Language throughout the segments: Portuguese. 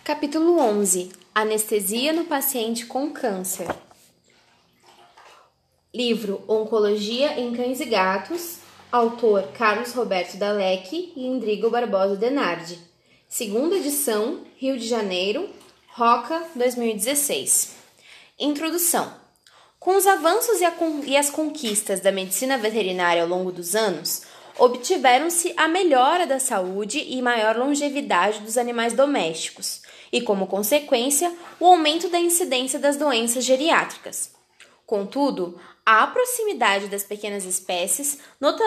Capítulo 11. Anestesia no paciente com câncer. Livro Oncologia em Cães e Gatos. Autor Carlos Roberto Dallecchi e Endrigo Barbosa Denardi. Segunda edição, Rio de Janeiro, Roca, 2016. Introdução. Com os avanços e as conquistas da medicina veterinária ao longo dos anos, obtiveram-se a melhora da saúde e maior longevidade dos animais domésticos e, como consequência, o aumento da incidência das doenças geriátricas. Contudo, a proximidade das pequenas espécies,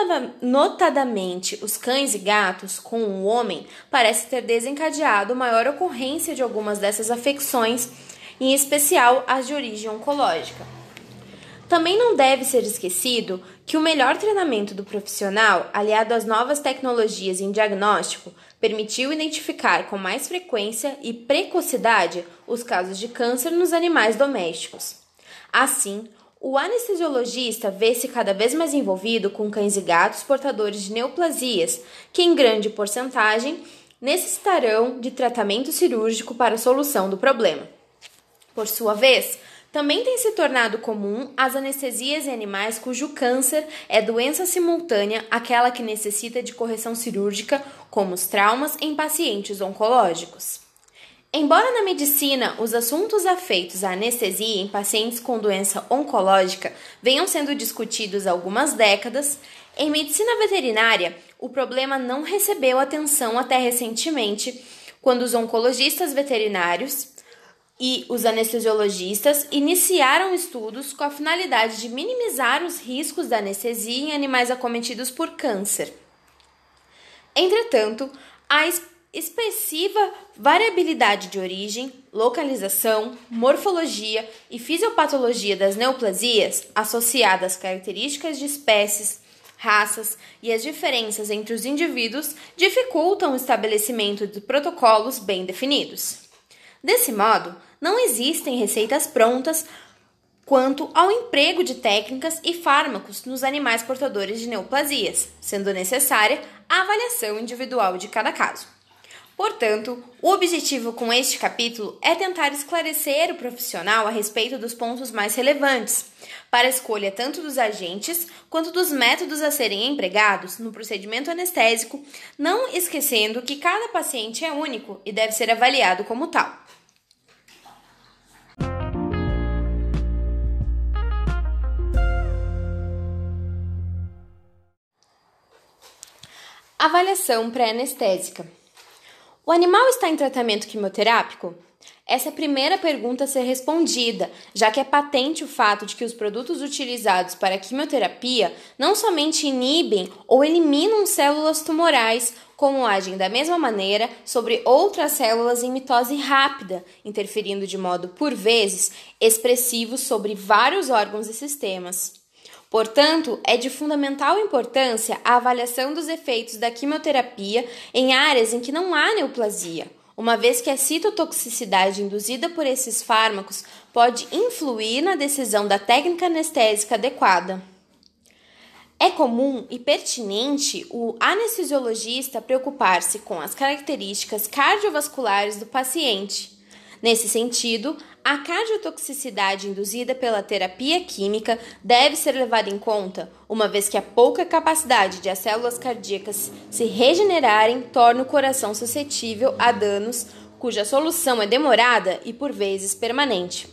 notadamente os cães e gatos, com o homem, parece ter desencadeado maior ocorrência de algumas dessas afecções, em especial as de origem oncológica. Também não deve ser esquecido que o melhor treinamento do profissional, aliado às novas tecnologias em diagnóstico, permitiu identificar com mais frequência e precocidade os casos de câncer nos animais domésticos. Assim, o anestesiologista vê-se cada vez mais envolvido com cães e gatos portadores de neoplasias, que em grande porcentagem necessitarão de tratamento cirúrgico para a solução do problema. Por sua vez, também tem se tornado comum as anestesias em animais cujo câncer é doença simultânea àquela que necessita de correção cirúrgica, como os traumas em pacientes oncológicos. Embora na medicina os assuntos afeitos à anestesia em pacientes com doença oncológica venham sendo discutidos há algumas décadas, em medicina veterinária o problema não recebeu atenção até recentemente, quando os oncologistas veterinários e os anestesiologistas iniciaram estudos com a finalidade de minimizar os riscos da anestesia em animais acometidos por câncer. Entretanto, a expressiva variabilidade de origem, localização, morfologia e fisiopatologia das neoplasias, associadas às características de espécies, raças e as diferenças entre os indivíduos, dificultam o estabelecimento de protocolos bem definidos. Desse modo, não existem receitas prontas quanto ao emprego de técnicas e fármacos nos animais portadores de neoplasias, sendo necessária a avaliação individual de cada caso. Portanto, o objetivo com este capítulo é tentar esclarecer o profissional a respeito dos pontos mais relevantes para a escolha tanto dos agentes quanto dos métodos a serem empregados no procedimento anestésico, não esquecendo que cada paciente é único e deve ser avaliado como tal. Avaliação pré-anestésica. O animal está em tratamento quimioterápico? Essa é a primeira pergunta a ser respondida, já que é patente o fato de que os produtos utilizados para a quimioterapia não somente inibem ou eliminam células tumorais, como agem da mesma maneira sobre outras células em mitose rápida, interferindo de modo, por vezes, expressivo sobre vários órgãos e sistemas. Portanto, é de fundamental importância a avaliação dos efeitos da quimioterapia em áreas em que não há neoplasia, uma vez que a citotoxicidade induzida por esses fármacos pode influir na decisão da técnica anestésica adequada. É comum e pertinente o anestesiologista preocupar-se com as características cardiovasculares do paciente. Nesse sentido, a cardiotoxicidade induzida pela terapia química deve ser levada em conta, uma vez que a pouca capacidade de as células cardíacas se regenerarem torna o coração suscetível a danos cuja solução é demorada e, por vezes, permanente.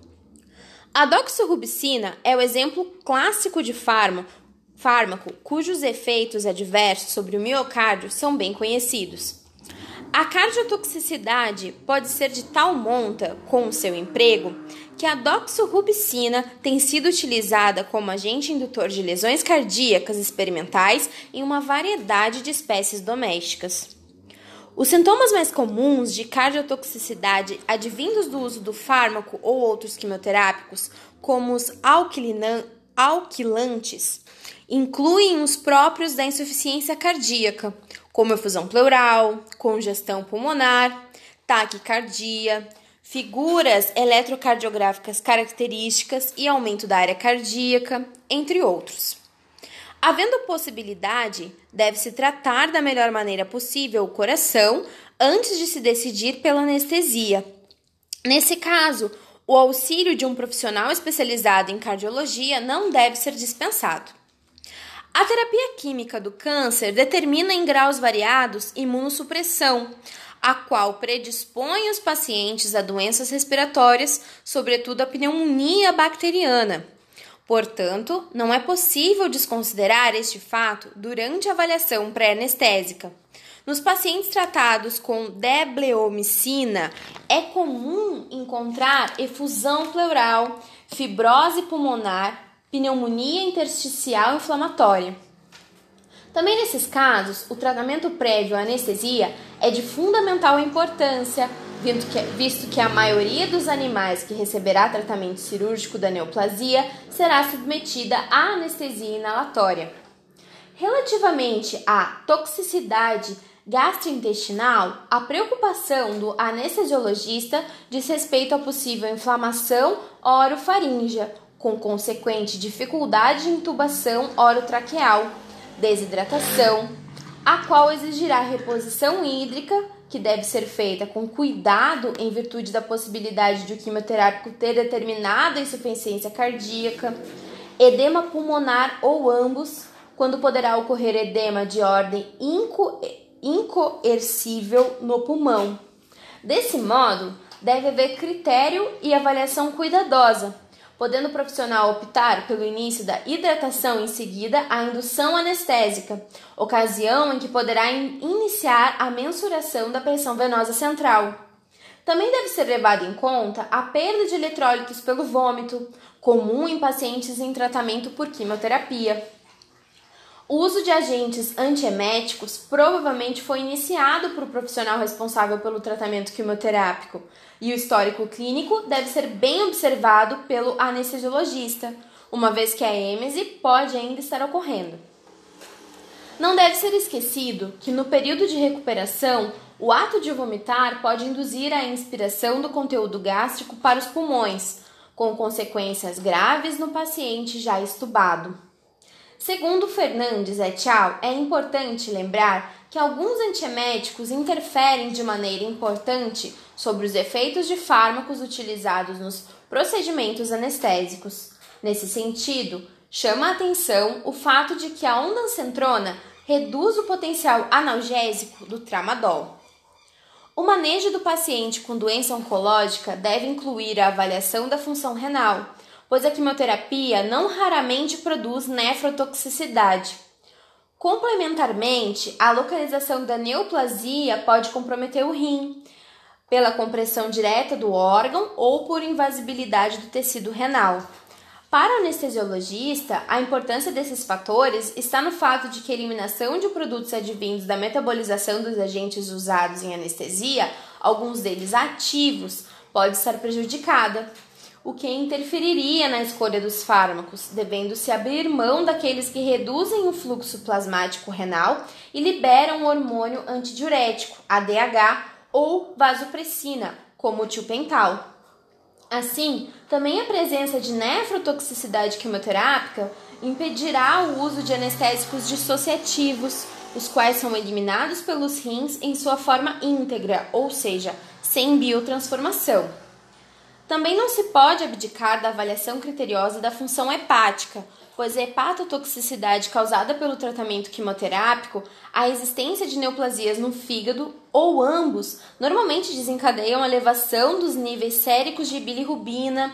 A doxorubicina é o exemplo clássico de fármaco cujos efeitos adversos sobre o miocárdio são bem conhecidos. A cardiotoxicidade pode ser de tal monta com o seu emprego que a doxorubicina tem sido utilizada como agente indutor de lesões cardíacas experimentais em uma variedade de espécies domésticas. Os sintomas mais comuns de cardiotoxicidade advindos do uso do fármaco ou outros quimioterápicos, como os alquilantes, incluem os próprios da insuficiência cardíaca, como efusão pleural, congestão pulmonar, taquicardia, figuras eletrocardiográficas características e aumento da área cardíaca, entre outros. Havendo possibilidade, deve-se tratar da melhor maneira possível o coração antes de se decidir pela anestesia. Nesse caso, o auxílio de um profissional especializado em cardiologia não deve ser dispensado. A terapia química do câncer determina em graus variados imunossupressão, a qual predispõe os pacientes a doenças respiratórias, sobretudo a pneumonia bacteriana. Portanto, não é possível desconsiderar este fato durante a avaliação pré-anestésica. Nos pacientes tratados com debleomicina, é comum encontrar efusão pleural, fibrose pulmonar, pneumonia intersticial inflamatória. Também nesses casos, o tratamento prévio à anestesia é de fundamental importância, visto que a maioria dos animais que receberá tratamento cirúrgico da neoplasia será submetida à anestesia inalatória. Relativamente à toxicidade gastrointestinal, a preocupação do anestesiologista diz respeito à possível inflamação orofaríngea, com consequente dificuldade de intubação orotraqueal, desidratação, a qual exigirá reposição hídrica, que deve ser feita com cuidado em virtude da possibilidade de o quimioterápico ter determinada insuficiência cardíaca, edema pulmonar ou ambos, quando poderá ocorrer edema de ordem incoercível no pulmão. Desse modo, deve haver critério e avaliação cuidadosa, podendo o profissional optar pelo início da hidratação e em seguida a indução anestésica, ocasião em que poderá iniciar a mensuração da pressão venosa central. Também deve ser levado em conta a perda de eletrólitos pelo vômito, comum em pacientes em tratamento por quimioterapia. O uso de agentes antieméticos provavelmente foi iniciado por o profissional responsável pelo tratamento quimioterápico e o histórico clínico deve ser bem observado pelo anestesiologista, uma vez que a êmese pode ainda estar ocorrendo. Não deve ser esquecido que no período de recuperação, o ato de vomitar pode induzir a inspiração do conteúdo gástrico para os pulmões, com consequências graves no paciente já estubado. Segundo Fernandes et al., é importante lembrar que alguns antieméticos interferem de maneira importante sobre os efeitos de fármacos utilizados nos procedimentos anestésicos. Nesse sentido, chama a atenção o fato de que a ondansetrona reduz o potencial analgésico do tramadol. O manejo do paciente com doença oncológica deve incluir a avaliação da função renal, pois a quimioterapia não raramente produz nefrotoxicidade. Complementarmente, a localização da neoplasia pode comprometer o rim, pela compressão direta do órgão ou por invasibilidade do tecido renal. Para o anestesiologista, a importância desses fatores está no fato de que a eliminação de produtos advindos da metabolização dos agentes usados em anestesia, alguns deles ativos, pode estar prejudicada, o que interferiria na escolha dos fármacos, devendo-se abrir mão daqueles que reduzem o fluxo plasmático renal e liberam o hormônio antidiurético, ADH, ou vasopressina, como o tiopental. Assim, também a presença de nefrotoxicidade quimioterápica impedirá o uso de anestésicos dissociativos, os quais são eliminados pelos rins em sua forma íntegra, ou seja, sem biotransformação. Também não se pode abdicar da avaliação criteriosa da função hepática, pois a hepatotoxicidade causada pelo tratamento quimioterápico, a existência de neoplasias no fígado ou ambos, normalmente desencadeiam a elevação dos níveis séricos de bilirrubina,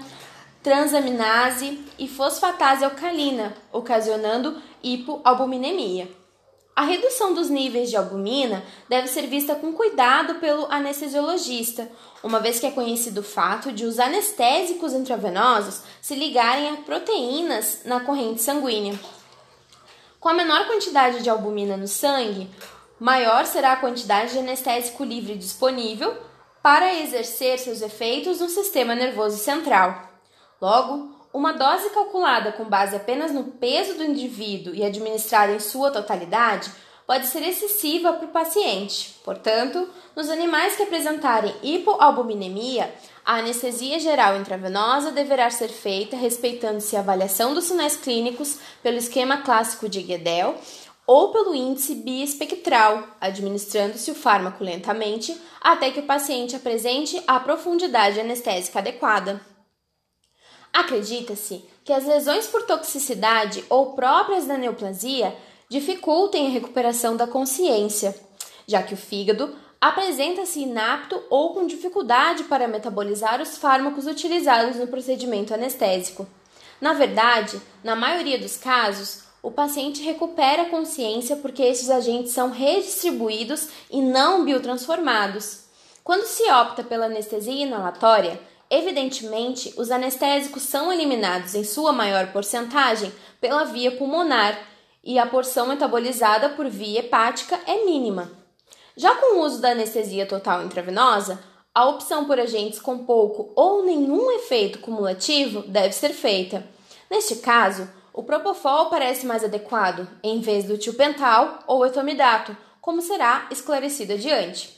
transaminase e fosfatase alcalina, ocasionando hipoalbuminemia. A redução dos níveis de albumina deve ser vista com cuidado pelo anestesiologista, uma vez que é conhecido o fato de os anestésicos intravenosos se ligarem a proteínas na corrente sanguínea. Com a menor quantidade de albumina no sangue, maior será a quantidade de anestésico livre disponível para exercer seus efeitos no sistema nervoso central. Logo, uma dose calculada com base apenas no peso do indivíduo e administrada em sua totalidade pode ser excessiva para o paciente. Portanto, nos animais que apresentarem hipoalbuminemia, a anestesia geral intravenosa deverá ser feita respeitando-se a avaliação dos sinais clínicos pelo esquema clássico de Guedel ou pelo índice biespectral, administrando-se o fármaco lentamente até que o paciente apresente a profundidade anestésica adequada. Acredita-se que as lesões por toxicidade ou próprias da neoplasia dificultem a recuperação da consciência, já que o fígado apresenta-se inapto ou com dificuldade para metabolizar os fármacos utilizados no procedimento anestésico. Na verdade, na maioria dos casos, o paciente recupera a consciência porque estes agentes são redistribuídos e não biotransformados. Quando se opta pela anestesia inalatória, evidentemente, os anestésicos são eliminados em sua maior porcentagem pela via pulmonar e a porção metabolizada por via hepática é mínima. Já com o uso da anestesia total intravenosa, a opção por agentes com pouco ou nenhum efeito cumulativo deve ser feita. Neste caso, o propofol parece mais adequado, em vez do tiopental ou etomidato, como será esclarecido adiante.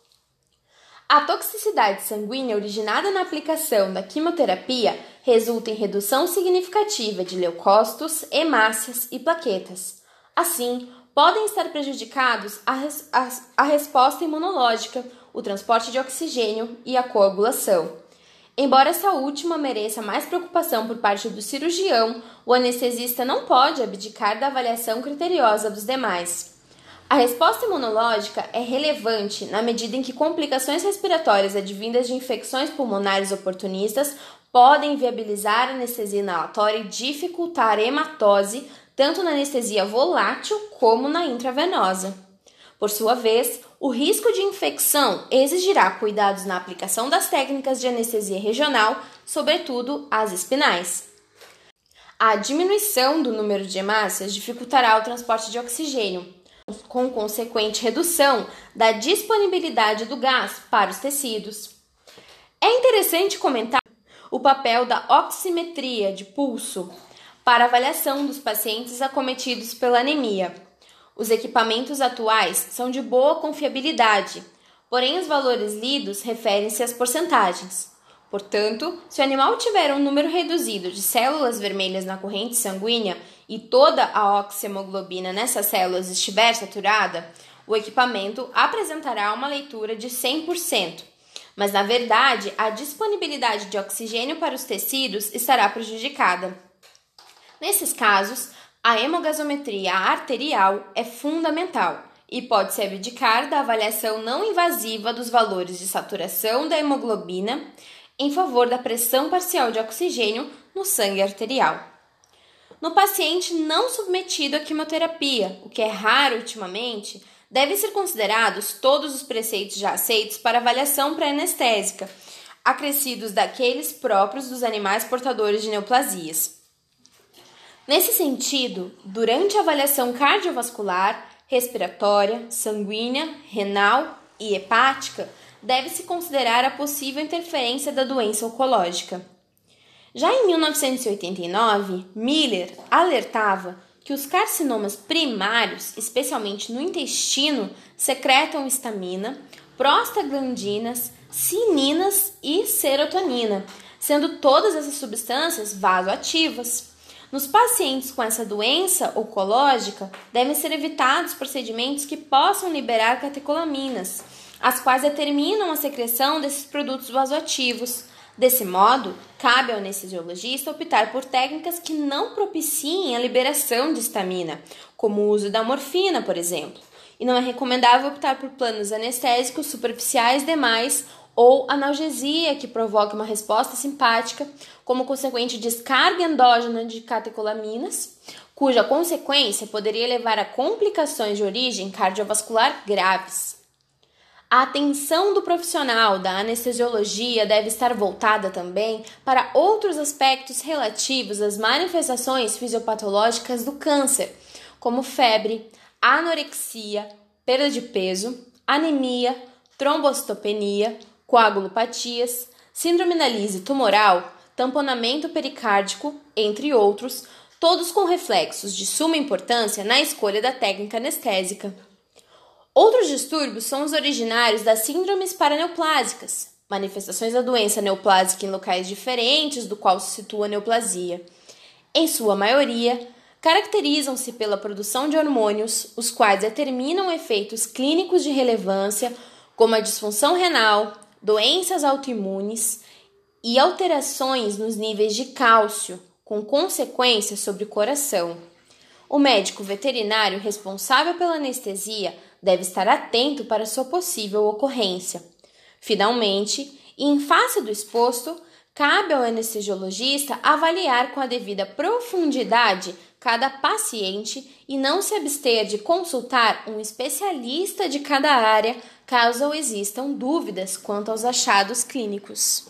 A toxicidade sanguínea originada na aplicação da quimioterapia resulta em redução significativa de leucócitos, hemácias e plaquetas. Assim, podem estar prejudicados a resposta imunológica, o transporte de oxigênio e a coagulação. Embora essa última mereça mais preocupação por parte do cirurgião, o anestesista não pode abdicar da avaliação criteriosa dos demais. A resposta imunológica é relevante na medida em que complicações respiratórias advindas de infecções pulmonares oportunistas podem viabilizar a anestesia inalatória e dificultar a hematose, tanto na anestesia volátil como na intravenosa. Por sua vez, o risco de infecção exigirá cuidados na aplicação das técnicas de anestesia regional, sobretudo as espinais. A diminuição do número de hemácias dificultará o transporte de oxigênio, com consequente redução da disponibilidade do gás para os tecidos. É interessante comentar o papel da oximetria de pulso para avaliação dos pacientes acometidos pela anemia. Os equipamentos atuais são de boa confiabilidade, porém os valores lidos referem-se às porcentagens. Portanto, se o animal tiver um número reduzido de células vermelhas na corrente sanguínea e toda a oxihemoglobina nessas células estiver saturada, o equipamento apresentará uma leitura de 100%, mas na verdade a disponibilidade de oxigênio para os tecidos estará prejudicada. Nesses casos, a hemogasometria arterial é fundamental e pode-se abdicar da avaliação não invasiva dos valores de saturação da hemoglobina em favor da pressão parcial de oxigênio no sangue arterial. No paciente não submetido à quimioterapia, o que é raro ultimamente, devem ser considerados todos os preceitos já aceitos para avaliação pré-anestésica, acrescidos daqueles próprios dos animais portadores de neoplasias. Nesse sentido, durante a avaliação cardiovascular, respiratória, sanguínea, renal e hepática, deve-se considerar a possível interferência da doença oncológica. Já em 1989, Miller alertava que os carcinomas primários, especialmente no intestino, secretam histamina, prostaglandinas, cininas e serotonina, sendo todas essas substâncias vasoativas. Nos pacientes com essa doença oncológica, devem ser evitados procedimentos que possam liberar catecolaminas, as quais determinam a secreção desses produtos vasoativos. Desse modo, cabe ao anestesiologista optar por técnicas que não propiciem a liberação de histamina, como o uso da morfina, por exemplo. E não é recomendável optar por planos anestésicos superficiais demais ou analgesia que provoque uma resposta simpática, como consequente descarga endógena de catecolaminas, cuja consequência poderia levar a complicações de origem cardiovascular graves. A atenção do profissional da anestesiologia deve estar voltada também para outros aspectos relativos às manifestações fisiopatológicas do câncer, como febre, anorexia, perda de peso, anemia, trombocitopenia, coagulopatias, síndrome da lise tumoral, tamponamento pericárdico, entre outros, todos com reflexos de suma importância na escolha da técnica anestésica. Outros distúrbios são os originários das síndromes paraneoplásicas, manifestações da doença neoplásica em locais diferentes do qual se situa a neoplasia. Em sua maioria, caracterizam-se pela produção de hormônios, os quais determinam efeitos clínicos de relevância, como a disfunção renal, doenças autoimunes e alterações nos níveis de cálcio, com consequências sobre o coração. O médico veterinário responsável pela anestesia deve estar atento para sua possível ocorrência. Finalmente, e em face do exposto, cabe ao anestesiologista avaliar com a devida profundidade cada paciente e não se abster de consultar um especialista de cada área caso existam dúvidas quanto aos achados clínicos.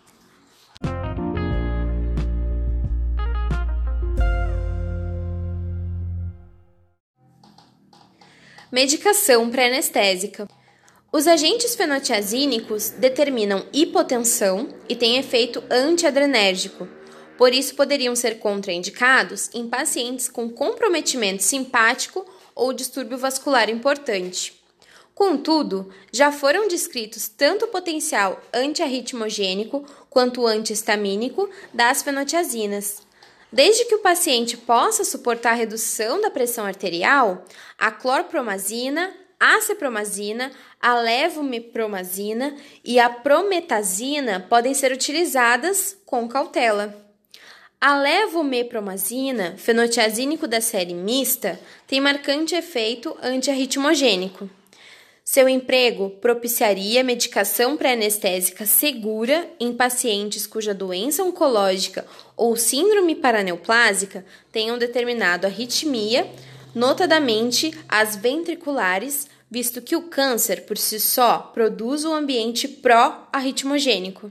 Medicação pré-anestésica. Os agentes fenotiazínicos determinam hipotensão e têm efeito antiadrenérgico. Por isso, poderiam ser contraindicados em pacientes com comprometimento simpático ou distúrbio vascular importante. Contudo, já foram descritos tanto o potencial antiarritmogênico quanto antihistamínico das fenotiazinas. Desde que o paciente possa suportar a redução da pressão arterial, a clorpromazina, a cepromazina, a levomepromazina e a prometazina podem ser utilizadas com cautela. A levomepromazina, fenotiazínico da série mista, tem marcante efeito antiarritmogênico. Seu emprego propiciaria medicação pré-anestésica segura em pacientes cuja doença oncológica ou síndrome paraneoplásica tenham determinado arritmia, notadamente as ventriculares, visto que o câncer, por si só, produz um ambiente pró-arritmogênico.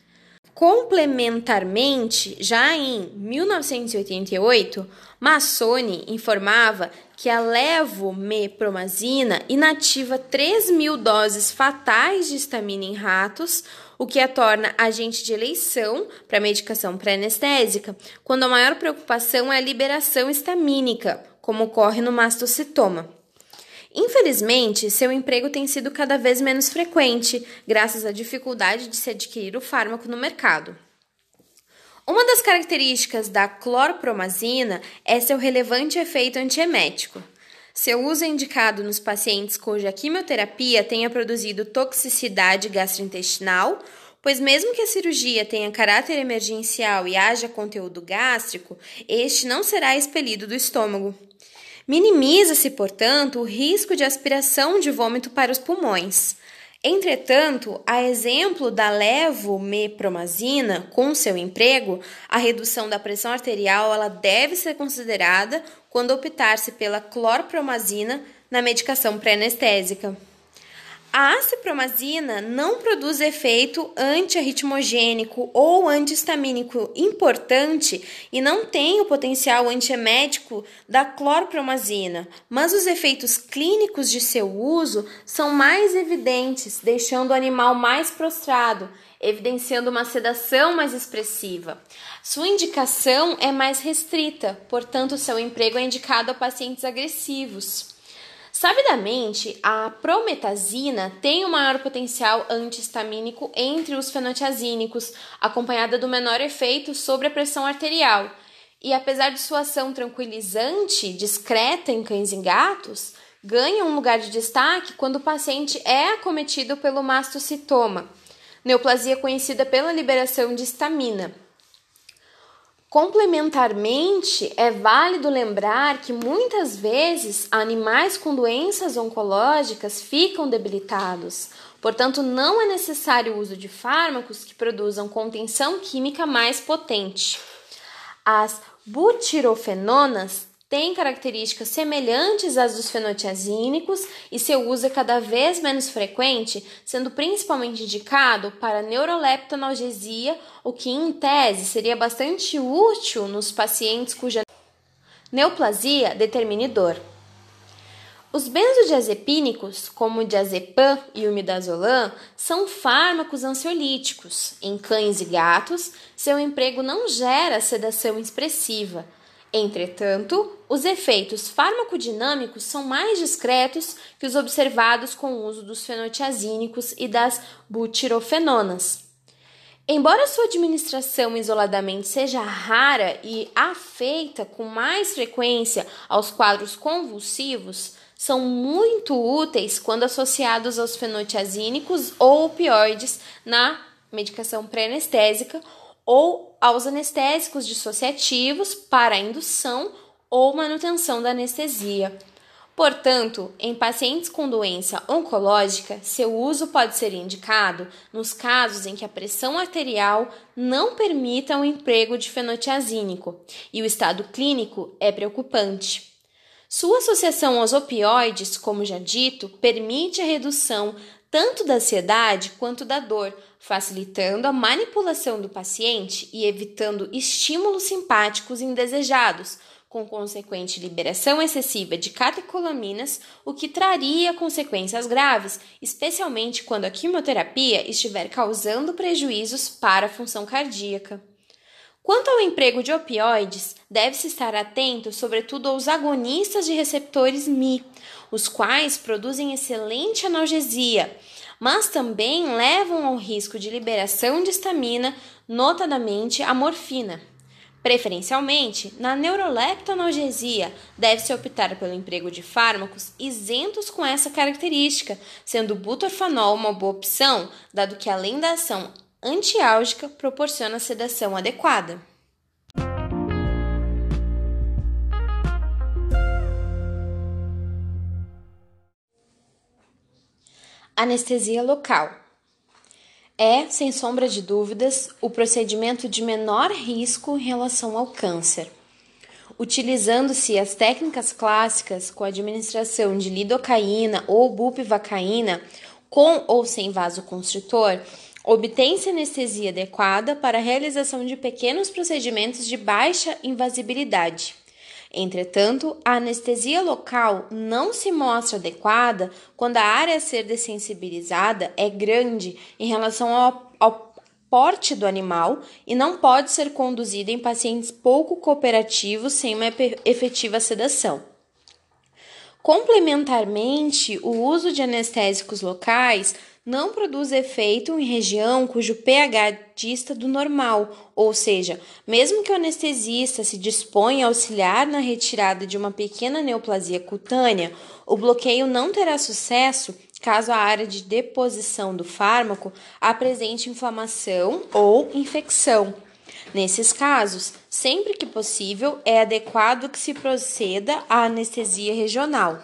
Complementarmente, já em 1988, Massoni informava que a levomepromazina inativa 3.000 doses fatais de histamina em ratos, o que a torna agente de eleição para a medicação pré-anestésica, quando a maior preocupação é a liberação histamínica, como ocorre no mastocitoma. Infelizmente, seu emprego tem sido cada vez menos frequente, graças à dificuldade de se adquirir o fármaco no mercado. Uma das características da clorpromazina é seu relevante efeito antiemético. Seu uso é indicado nos pacientes cuja quimioterapia tenha produzido toxicidade gastrointestinal, pois mesmo que a cirurgia tenha caráter emergencial e haja conteúdo gástrico, este não será expelido do estômago. Minimiza-se, portanto, o risco de aspiração de vômito para os pulmões. Entretanto, a exemplo da levomepromazina, com seu emprego, a redução da pressão arterial ela deve ser considerada quando optar-se pela clorpromazina na medicação pré-anestésica. A acepromazina não produz efeito antiarritmogênico ou antihistamínico importante e não tem o potencial antiemético da clorpromazina, mas os efeitos clínicos de seu uso são mais evidentes, deixando o animal mais prostrado, evidenciando uma sedação mais expressiva. Sua indicação é mais restrita, portanto, seu emprego é indicado a pacientes agressivos. Sabidamente, a prometazina tem o maior potencial antihistamínico entre os fenotiazínicos, acompanhada do menor efeito sobre a pressão arterial. E apesar de sua ação tranquilizante, discreta em cães e gatos, ganha um lugar de destaque quando o paciente é acometido pelo mastocitoma, neoplasia conhecida pela liberação de histamina. Complementarmente, é válido lembrar que muitas vezes animais com doenças oncológicas ficam debilitados, portanto, não é necessário o uso de fármacos que produzam contenção química mais potente. As butirofenonas têm características semelhantes às dos fenotiazínicos e seu uso é cada vez menos frequente, sendo principalmente indicado para neuroleptonalgesia, o que, em tese, seria bastante útil nos pacientes cuja neoplasia determine dor. Os benzodiazepínicos, como o diazepam e o midazolam, são fármacos ansiolíticos. Em cães e gatos, seu emprego não gera sedação expressiva. Entretanto, os efeitos farmacodinâmicos são mais discretos que os observados com o uso dos fenotiazínicos e das butirofenonas. Embora sua administração isoladamente seja rara e afeita com mais frequência aos quadros convulsivos, são muito úteis quando associados aos fenotiazínicos ou opioides na medicação pré-anestésica ou aos anestésicos dissociativos para a indução ou manutenção da anestesia. Portanto, em pacientes com doença oncológica, seu uso pode ser indicado nos casos em que a pressão arterial não permita o emprego de fenotiazínico e o estado clínico é preocupante. Sua associação aos opioides, como já dito, permite a redução tanto da ansiedade quanto da dor, facilitando a manipulação do paciente e evitando estímulos simpáticos indesejados, com consequente liberação excessiva de catecolaminas, o que traria consequências graves, especialmente quando a quimioterapia estiver causando prejuízos para a função cardíaca. Quanto ao emprego de opioides, deve-se estar atento sobretudo aos agonistas de receptores μ, os quais produzem excelente analgesia, mas também levam ao risco de liberação de histamina, notadamente a morfina. Preferencialmente, na neuroleptoanalgesia, deve-se optar pelo emprego de fármacos isentos com essa característica, sendo o butorfanol uma boa opção, dado que além da ação antiálgica, proporciona sedação adequada. Anestesia local. É, sem sombra de dúvidas, o procedimento de menor risco em relação ao câncer. Utilizando-se as técnicas clássicas com administração de lidocaína ou bupivacaína, com ou sem vasoconstritor, obtém-se anestesia adequada para a realização de pequenos procedimentos de baixa invasibilidade. Entretanto, a anestesia local não se mostra adequada quando a área a ser dessensibilizada é grande em relação ao porte do animal e não pode ser conduzida em pacientes pouco cooperativos sem uma efetiva sedação. Complementarmente, o uso de anestésicos locais não produz efeito em região cujo pH dista do normal, ou seja, mesmo que o anestesista se disponha a auxiliar na retirada de uma pequena neoplasia cutânea, o bloqueio não terá sucesso caso a área de deposição do fármaco apresente inflamação ou infecção. Nesses casos, sempre que possível, é adequado que se proceda à anestesia regional.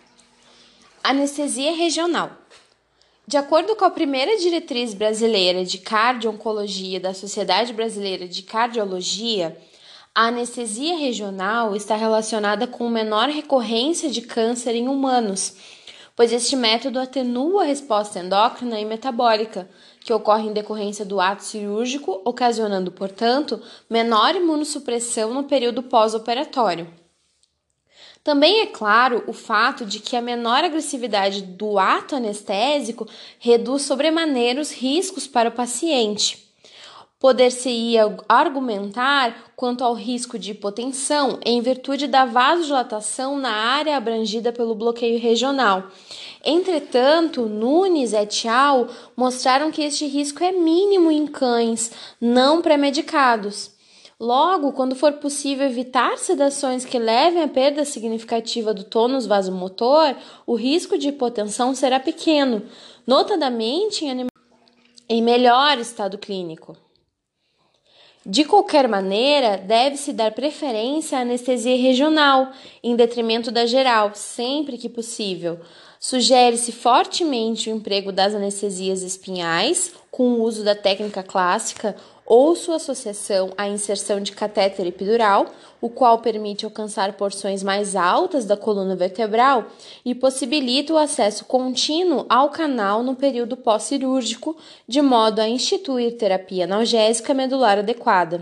Anestesia regional. De acordo com a primeira diretriz brasileira de cardio-oncologia da Sociedade Brasileira de Cardiologia, a anestesia regional está relacionada com menor recorrência de câncer em humanos, pois este método atenua a resposta endócrina e metabólica, que ocorre em decorrência do ato cirúrgico, ocasionando, portanto, menor imunossupressão no período pós-operatório. Também é claro o fato de que a menor agressividade do ato anestésico reduz sobremaneira os riscos para o paciente. Poder-se-ia argumentar quanto ao risco de hipotensão em virtude da vasodilatação na área abrangida pelo bloqueio regional. Entretanto, Nunes et al. Mostraram que este risco é mínimo em cães não pré-medicados. Logo, quando for possível evitar sedações que levem à perda significativa do tônus vasomotor, o risco de hipotensão será pequeno, notadamente em melhor estado clínico. De qualquer maneira, deve-se dar preferência à anestesia regional, em detrimento da geral, sempre que possível. Sugere-se fortemente o emprego das anestesias espinhais, com o uso da técnica clássica ou sua associação à inserção de catéter epidural, o qual permite alcançar porções mais altas da coluna vertebral e possibilita o acesso contínuo ao canal no período pós-cirúrgico, de modo a instituir terapia analgésica medular adequada.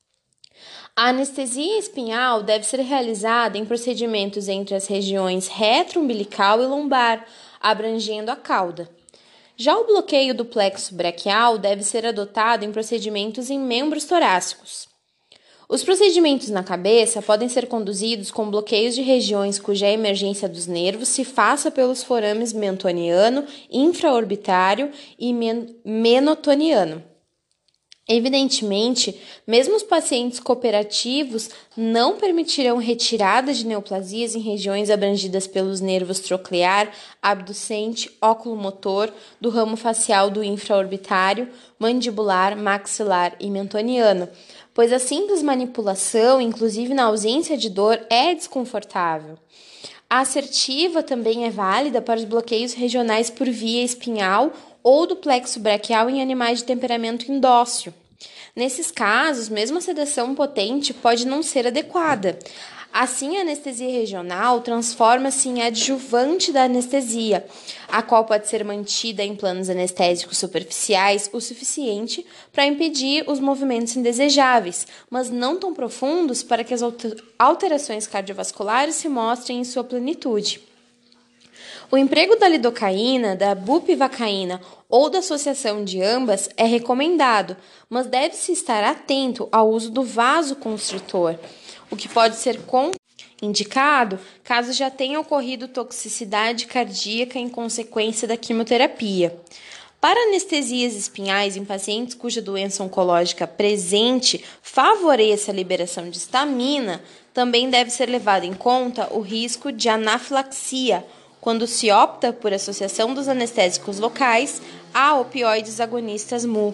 A anestesia espinhal deve ser realizada em procedimentos entre as regiões retroumbilical e lombar, abrangendo a cauda. Já o bloqueio do plexo braquial deve ser adotado em procedimentos em membros torácicos. Os procedimentos na cabeça podem ser conduzidos com bloqueios de regiões cuja emergência dos nervos se faça pelos forames mentoniano, infraorbitário e menotoniano. Evidentemente, mesmo os pacientes cooperativos não permitirão retirada de neoplasias em regiões abrangidas pelos nervos troclear, abducente, oculomotor, do ramo facial do infraorbitário, mandibular, maxilar e mentoniano, pois a simples manipulação, inclusive na ausência de dor, é desconfortável. A assertiva também é válida para os bloqueios regionais por via espinhal ou do plexo braquial em animais de temperamento indócil. Nesses casos, mesmo a sedação potente pode não ser adequada. Assim, a anestesia regional transforma-se em adjuvante da anestesia, a qual pode ser mantida em planos anestésicos superficiais o suficiente para impedir os movimentos indesejáveis, mas não tão profundos para que as alterações cardiovasculares se mostrem em sua plenitude. O emprego da lidocaína, da bupivacaína ou da associação de ambas é recomendado, mas deve-se estar atento ao uso do vasoconstritor, o que pode ser indicado caso já tenha ocorrido toxicidade cardíaca em consequência da quimioterapia. Para anestesias espinhais em pacientes cuja doença oncológica presente favoreça a liberação de histamina, também deve ser levado em conta o risco de anafilaxia, quando se opta por associação dos anestésicos locais a opioides agonistas mu.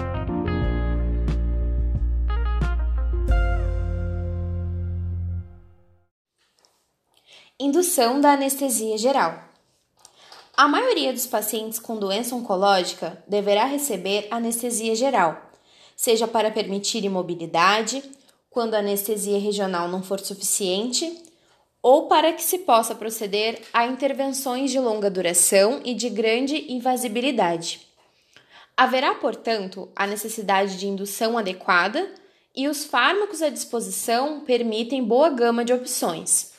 Indução da anestesia geral. A maioria dos pacientes com doença oncológica deverá receber anestesia geral, seja para permitir imobilidade, quando a anestesia regional não for suficiente, ou para que se possa proceder a intervenções de longa duração e de grande invasibilidade. Haverá, portanto, a necessidade de indução adequada e os fármacos à disposição permitem boa gama de opções.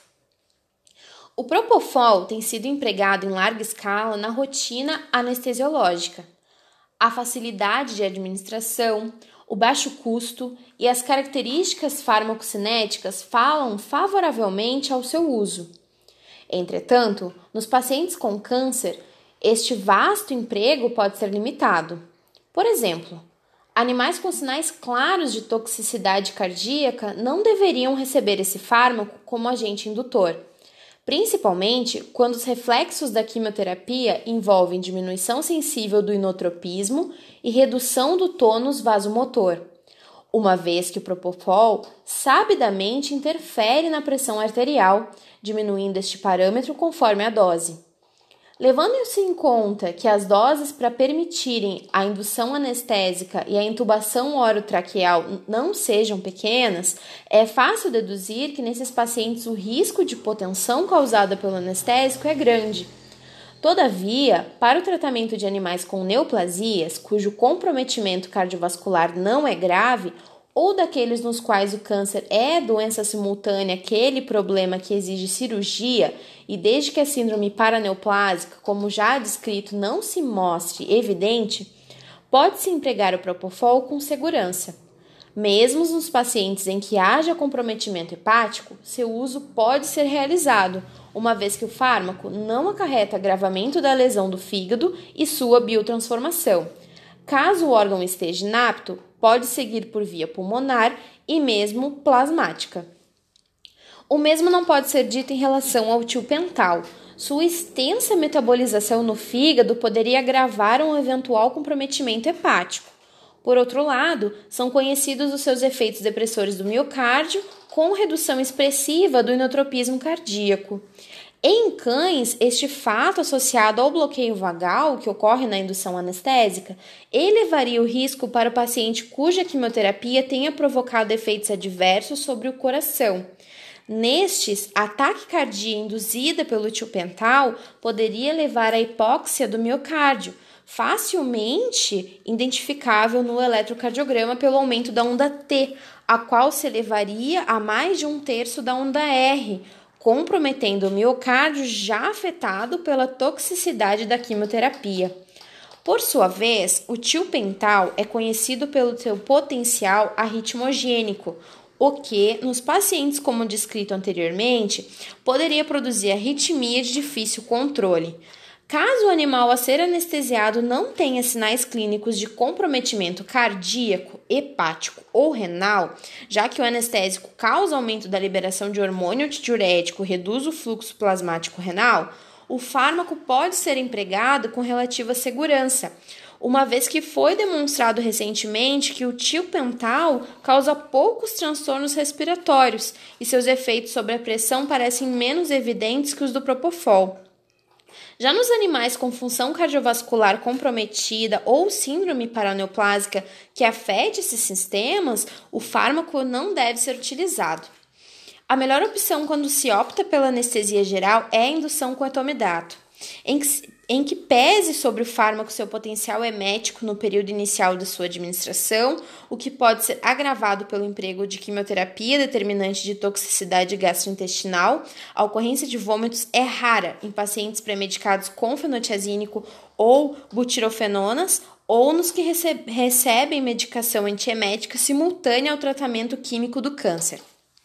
O propofol tem sido empregado em larga escala na rotina anestesiológica. A facilidade de administração, o baixo custo e as características farmacocinéticas falam favoravelmente ao seu uso. Entretanto, nos pacientes com câncer, este vasto emprego pode ser limitado. Por exemplo, animais com sinais claros de toxicidade cardíaca não deveriam receber esse fármaco como agente indutor, principalmente quando os reflexos da quimioterapia envolvem diminuição sensível do inotropismo e redução do tônus vasomotor, uma vez que o propofol sabidamente interfere na pressão arterial, diminuindo este parâmetro conforme a dose. Levando-se em conta que as doses para permitirem a indução anestésica e a intubação orotraqueal não sejam pequenas, é fácil deduzir que nesses pacientes o risco de hipotensão causada pelo anestésico é grande. Todavia, para o tratamento de animais com neoplasias, cujo comprometimento cardiovascular não é grave, ou daqueles nos quais o câncer é doença simultânea, aquele problema que exige cirurgia, e desde que a síndrome paraneoplásica, como já descrito, não se mostre evidente, pode-se empregar o propofol com segurança. Mesmo nos pacientes em que haja comprometimento hepático, seu uso pode ser realizado, uma vez que o fármaco não acarreta agravamento da lesão do fígado e sua biotransformação. Caso o órgão esteja inapto, pode seguir por via pulmonar e mesmo plasmática. O mesmo não pode ser dito em relação ao tiopental. Sua extensa metabolização no fígado poderia agravar um eventual comprometimento hepático. Por outro lado, são conhecidos os seus efeitos depressores do miocárdio, com redução expressiva do inotropismo cardíaco. Em cães, este fato associado ao bloqueio vagal, que ocorre na indução anestésica, elevaria o risco para o paciente cuja quimioterapia tenha provocado efeitos adversos sobre o coração. Nestes, a taquicardia induzida pelo tiopental poderia levar à hipóxia do miocárdio, facilmente identificável no eletrocardiograma pelo aumento da onda T, a qual se elevaria a mais de 1/3 da onda R, comprometendo o miocárdio já afetado pela toxicidade da quimioterapia. Por sua vez, o tiopental é conhecido pelo seu potencial arritmogênico, o que, nos pacientes como descrito anteriormente, poderia produzir arritmia de difícil controle. Caso o animal a ser anestesiado não tenha sinais clínicos de comprometimento cardíaco, hepático ou renal, já que o anestésico causa aumento da liberação de hormônio antidiurético e reduz o fluxo plasmático renal, o fármaco pode ser empregado com relativa segurança, uma vez que foi demonstrado recentemente que o tiopental causa poucos transtornos respiratórios e seus efeitos sobre a pressão parecem menos evidentes que os do propofol. Já nos animais com função cardiovascular comprometida ou síndrome paraneoplásica que afete esses sistemas, o fármaco não deve ser utilizado. A melhor opção quando se opta pela anestesia geral é a indução com etomidato, em que pese sobre o fármaco seu potencial emético no período inicial da sua administração, o que pode ser agravado pelo emprego de quimioterapia determinante de toxicidade gastrointestinal. A ocorrência de vômitos é rara em pacientes pré-medicados com fenotiazínico ou butirofenonas ou nos que recebem medicação antiemética simultânea ao tratamento químico do câncer.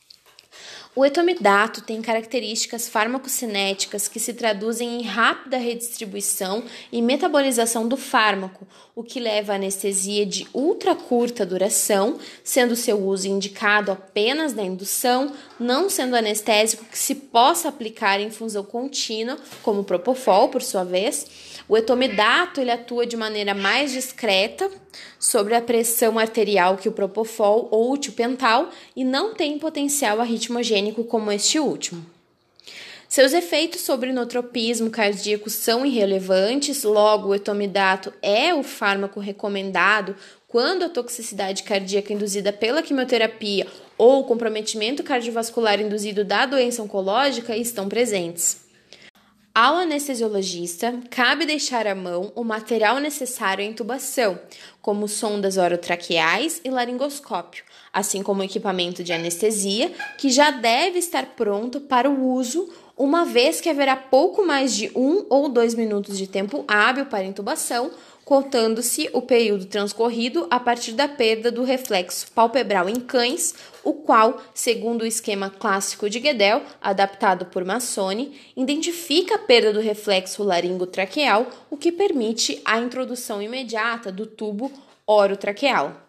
O etomidato tem características farmacocinéticas que se traduzem em rápida redistribuição e metabolização do fármaco, o que leva à anestesia de ultra curta duração, sendo seu uso indicado apenas na indução, não sendo anestésico que se possa aplicar em infusão contínua, como o propofol, por sua vez. O etomidato ele atua de maneira mais discreta sobre a pressão arterial que o propofol ou o tiopental e não tem potencial arritmogênico como este último. Seus efeitos sobre o inotropismo cardíaco são irrelevantes, logo o etomidato é o fármaco recomendado quando a toxicidade cardíaca induzida pela quimioterapia ou o comprometimento cardiovascular induzido da doença oncológica estão presentes. Ao anestesiologista, cabe deixar à mão o material necessário à intubação, como sondas orotraqueais e laringoscópio, assim como o equipamento de anestesia, que já deve estar pronto para o uso, uma vez que haverá pouco mais de 1 ou 2 minutos de tempo hábil para intubação, contando-se o período transcorrido a partir da perda do reflexo palpebral em cães, o qual, segundo o esquema clássico de Guedel, adaptado por Massoni, identifica a perda do reflexo laringotraqueal, o que permite a introdução imediata do tubo orotraqueal.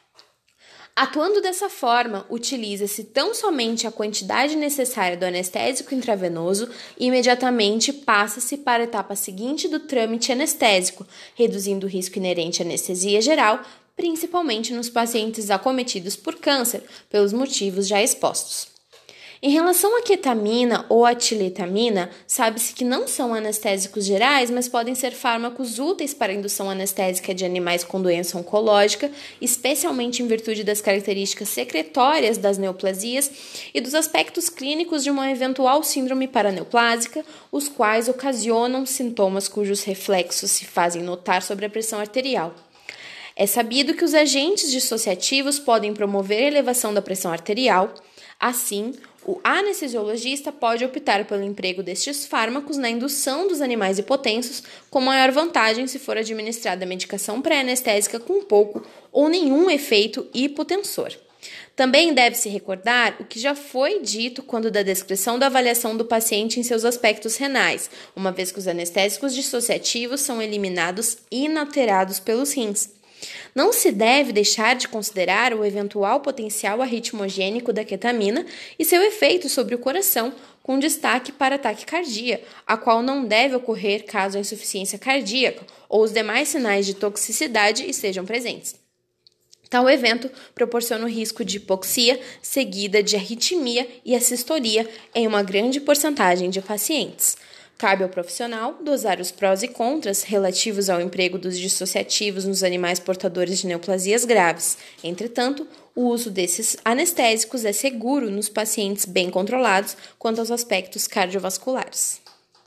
Atuando dessa forma, utiliza-se tão somente a quantidade necessária do anestésico intravenoso e imediatamente passa-se para a etapa seguinte do trâmite anestésico, reduzindo o risco inerente à anestesia geral, principalmente nos pacientes acometidos por câncer, pelos motivos já expostos. Em relação à ketamina ou à tiletamina, sabe-se que não são anestésicos gerais, mas podem ser fármacos úteis para a indução anestésica de animais com doença oncológica, especialmente em virtude das características secretórias das neoplasias e dos aspectos clínicos de uma eventual síndrome paraneoplásica, os quais ocasionam sintomas cujos reflexos se fazem notar sobre a pressão arterial. É sabido que os agentes dissociativos podem promover a elevação da pressão arterial. Assim, o anestesiologista pode optar pelo emprego destes fármacos na indução dos animais hipotensos, com maior vantagem se for administrada a medicação pré-anestésica com pouco ou nenhum efeito hipotensor. Também deve-se recordar o que já foi dito quando da descrição da avaliação do paciente em seus aspectos renais, uma vez que os anestésicos dissociativos são eliminados inalterados pelos rins. Não se deve deixar de considerar o eventual potencial arritmogênico da ketamina e seu efeito sobre o coração, com destaque para a taquicardia, a qual não deve ocorrer caso a insuficiência cardíaca ou os demais sinais de toxicidade estejam presentes. Tal evento proporciona o risco de hipoxia, seguida de arritmia e assistolia em uma grande porcentagem de pacientes. Cabe ao profissional dosar os prós e contras relativos ao emprego dos dissociativos nos animais portadores de neoplasias graves. Entretanto, o uso desses anestésicos é seguro nos pacientes bem controlados quanto aos aspectos cardiovasculares.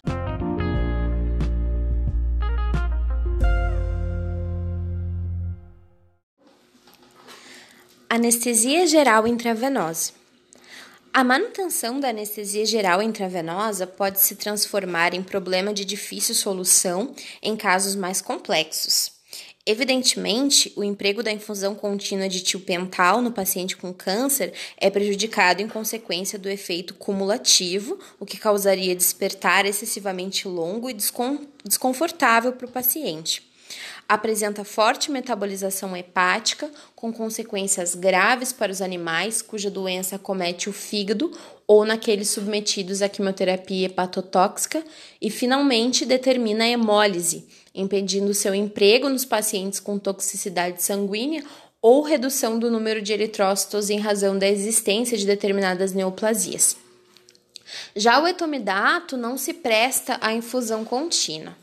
Anestesia geral intravenosa. A manutenção da anestesia geral intravenosa pode se transformar em problema de difícil solução em casos mais complexos. Evidentemente, o emprego da infusão contínua de tiopental no paciente com câncer é prejudicado em consequência do efeito cumulativo, o que causaria despertar excessivamente longo e desconfortável para o paciente. Apresenta forte metabolização hepática, com consequências graves para os animais cuja doença acomete o fígado ou naqueles submetidos à quimioterapia hepatotóxica e, finalmente, determina a hemólise, impedindo seu emprego nos pacientes com toxicidade sanguínea ou redução do número de eritrócitos em razão da existência de determinadas neoplasias. Já o etomidato não se presta à infusão contínua.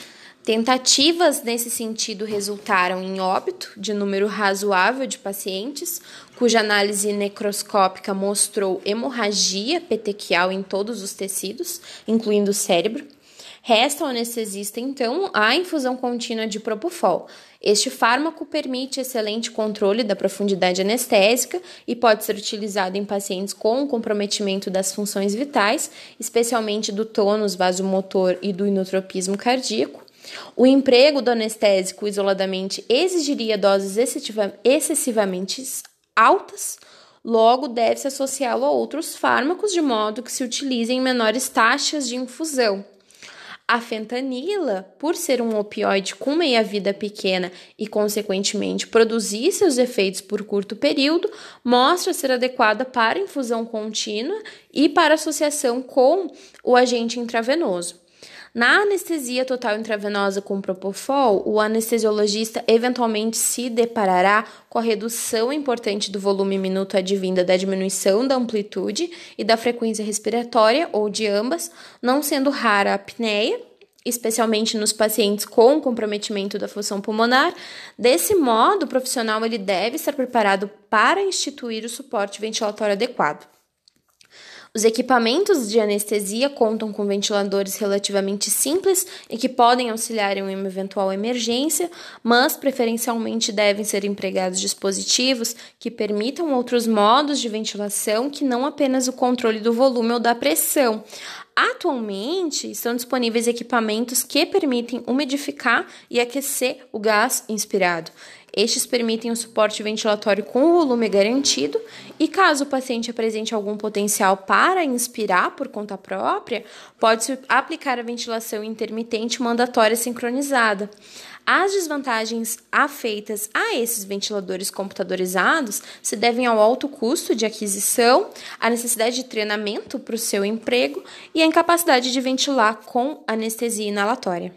Tentativas nesse sentido resultaram em óbito de número razoável de pacientes, cuja análise necroscópica mostrou hemorragia petequial em todos os tecidos, incluindo o cérebro. Resta ao anestesista, então, a infusão contínua de propofol. Este fármaco permite excelente controle da profundidade anestésica e pode ser utilizado em pacientes com comprometimento das funções vitais, especialmente do tônus vasomotor e do inotropismo cardíaco. O emprego do anestésico isoladamente exigiria doses excessivamente altas, logo deve-se associá-lo a outros fármacos de modo que se utilizem menores taxas de infusão. A fentanila, por ser um opioide com meia-vida pequena e, consequentemente, produzir seus efeitos por curto período, mostra ser adequada para infusão contínua e para associação com o agente intravenoso. Na anestesia total intravenosa com propofol, o anestesiologista eventualmente se deparará com a redução importante do volume minuto advinda da diminuição da amplitude e da frequência respiratória, ou de ambas, não sendo rara a apneia, especialmente nos pacientes com comprometimento da função pulmonar. Desse modo, o profissional ele deve estar preparado para instituir o suporte ventilatório adequado. Os equipamentos de anestesia contam com ventiladores relativamente simples e que podem auxiliar em uma eventual emergência, mas preferencialmente devem ser empregados dispositivos que permitam outros modos de ventilação que não apenas o controle do volume ou da pressão. Atualmente, estão disponíveis equipamentos que permitem umidificar e aquecer o gás inspirado. Estes permitem o suporte ventilatório com o volume garantido e, caso o paciente apresente algum potencial para inspirar por conta própria, pode-se aplicar a ventilação intermitente mandatória sincronizada. As desvantagens afeitas a esses ventiladores computadorizados se devem ao alto custo de aquisição, à necessidade de treinamento para o seu emprego e à incapacidade de ventilar com anestesia inalatória.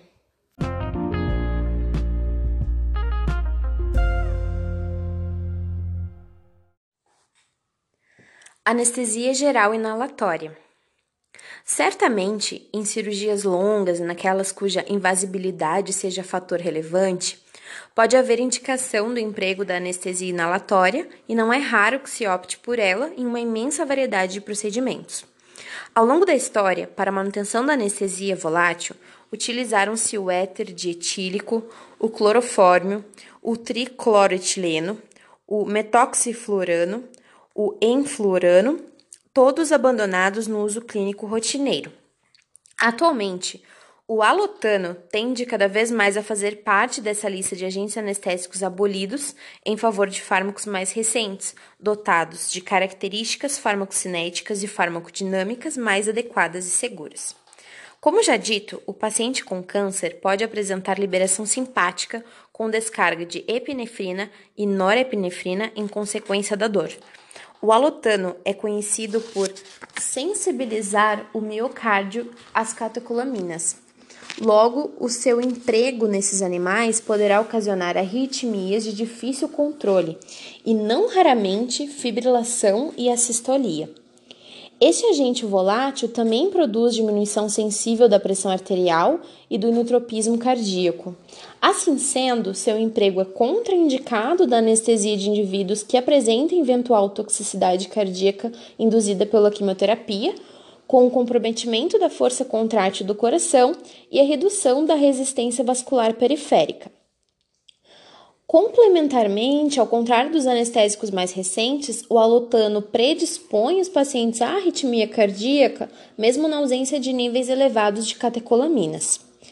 Anestesia geral inalatória. Certamente, em cirurgias longas e naquelas cuja invasibilidade seja fator relevante, pode haver indicação do emprego da anestesia inalatória e não é raro que se opte por ela em uma imensa variedade de procedimentos. Ao longo da história, para a manutenção da anestesia volátil, utilizaram-se o éter dietílico, o clorofórmio, o tricloroetileno, o metoxifluorano, o enfluorano, todos abandonados no uso clínico rotineiro. Atualmente, o alotano tende cada vez mais a fazer parte dessa lista de agentes anestésicos abolidos em favor de fármacos mais recentes, dotados de características farmacocinéticas e farmacodinâmicas mais adequadas e seguras. Como já dito, o paciente com câncer pode apresentar liberação simpática com descarga de epinefrina e norepinefrina em consequência da dor. O alotano é conhecido por sensibilizar o miocárdio às catecolaminas. Logo, o seu emprego nesses animais poderá ocasionar arritmias de difícil controle e, não raramente, fibrilação e assistolia. Este agente volátil também produz diminuição sensível da pressão arterial e do inotropismo cardíaco. Assim sendo, seu emprego é contraindicado da anestesia de indivíduos que apresentem eventual toxicidade cardíaca induzida pela quimioterapia, com o comprometimento da força contrátil do coração e a redução da resistência vascular periférica. Complementarmente, ao contrário dos anestésicos mais recentes, o alotano predispõe os pacientes à arritmia cardíaca, mesmo na ausência de níveis elevados de catecolaminas.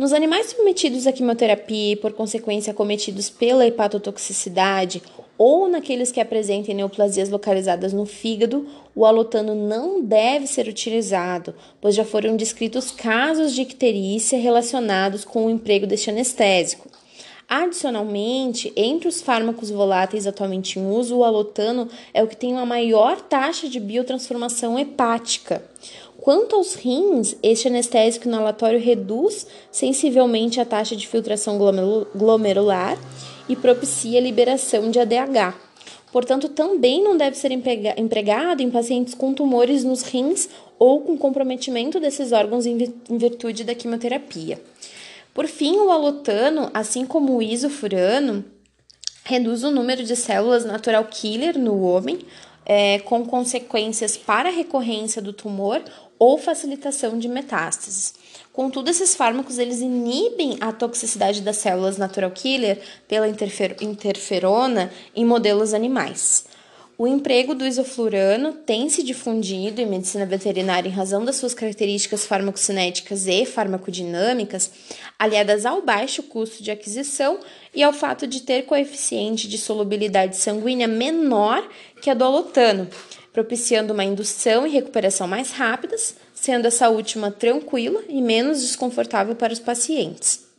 Nos animais submetidos à quimioterapia e, por consequência, acometidos pela hepatotoxicidade ou naqueles que apresentem neoplasias localizadas no fígado, o alotano não deve ser utilizado, pois já foram descritos casos de icterícia relacionados com o emprego deste anestésico. Adicionalmente, entre os fármacos voláteis atualmente em uso, o alotano é o que tem uma maior taxa de biotransformação hepática. Quanto aos rins, este anestésico inalatório reduz sensivelmente a taxa de filtração glomerular e propicia a liberação de ADH. Portanto, também não deve ser empregado em pacientes com tumores nos rins ou com comprometimento desses órgãos em virtude da quimioterapia. Por fim, o alotano, assim como o isofurano, reduz o número de células natural killer no homem, com consequências para a recorrência do tumor ou facilitação de metástases. Contudo, esses fármacos eles inibem a toxicidade das células natural killer pela interferona em modelos animais. O emprego do isoflurano tem se difundido em medicina veterinária em razão das suas características farmacocinéticas e farmacodinâmicas, aliadas ao baixo custo de aquisição e ao fato de ter coeficiente de solubilidade sanguínea menor que a do alotano, propiciando uma indução e recuperação mais rápidas, sendo essa última tranquila e menos desconfortável para os pacientes.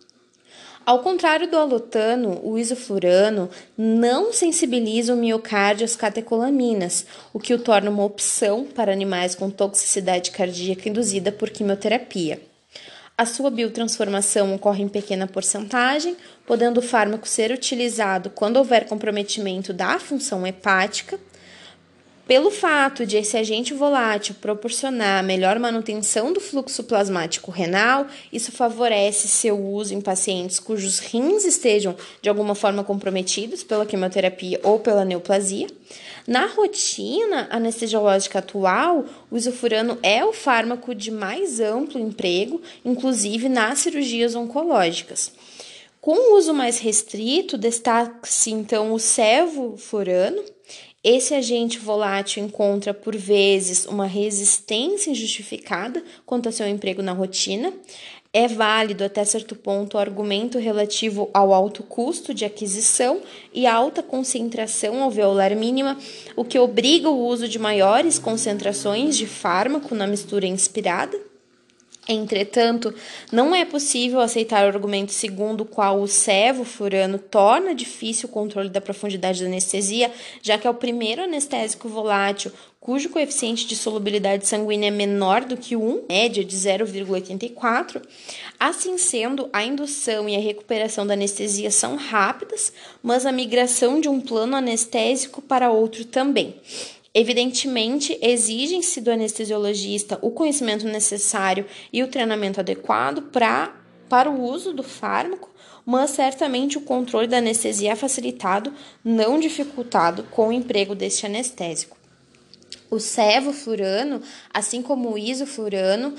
Ao contrário do alotano, o isoflurano não sensibiliza o miocárdio às catecolaminas, o que o torna uma opção para animais com toxicidade cardíaca induzida por quimioterapia. A sua biotransformação ocorre em pequena porcentagem, podendo o fármaco ser utilizado quando houver comprometimento da função hepática. Pelo fato de esse agente volátil proporcionar melhor manutenção do fluxo plasmático renal, isso favorece seu uso em pacientes cujos rins estejam de alguma forma comprometidos pela quimioterapia ou pela neoplasia. Na rotina anestesiológica atual, o isofurano é o fármaco de mais amplo emprego, inclusive nas cirurgias oncológicas. Com o uso mais restrito, destaca-se então o sevoflurano. Esse agente volátil encontra, por vezes, uma resistência injustificada quanto ao seu emprego na rotina. É válido, até certo ponto, o argumento relativo ao alto custo de aquisição e alta concentração alveolar mínima, o que obriga o uso de maiores concentrações de fármaco na mistura inspirada. Entretanto, não é possível aceitar o argumento segundo o qual o sevoflurano torna difícil o controle da profundidade da anestesia, já que é o primeiro anestésico volátil cujo coeficiente de solubilidade sanguínea é menor do que 1, média de 0,84. Assim sendo, a indução e a recuperação da anestesia são rápidas, mas a migração de um plano anestésico para outro também. Evidentemente, exigem-se do anestesiologista o conhecimento necessário e o treinamento adequado para o uso do fármaco, mas certamente o controle da anestesia é facilitado, não dificultado, com o emprego deste anestésico. O sevoflurano, assim como o isoflurano,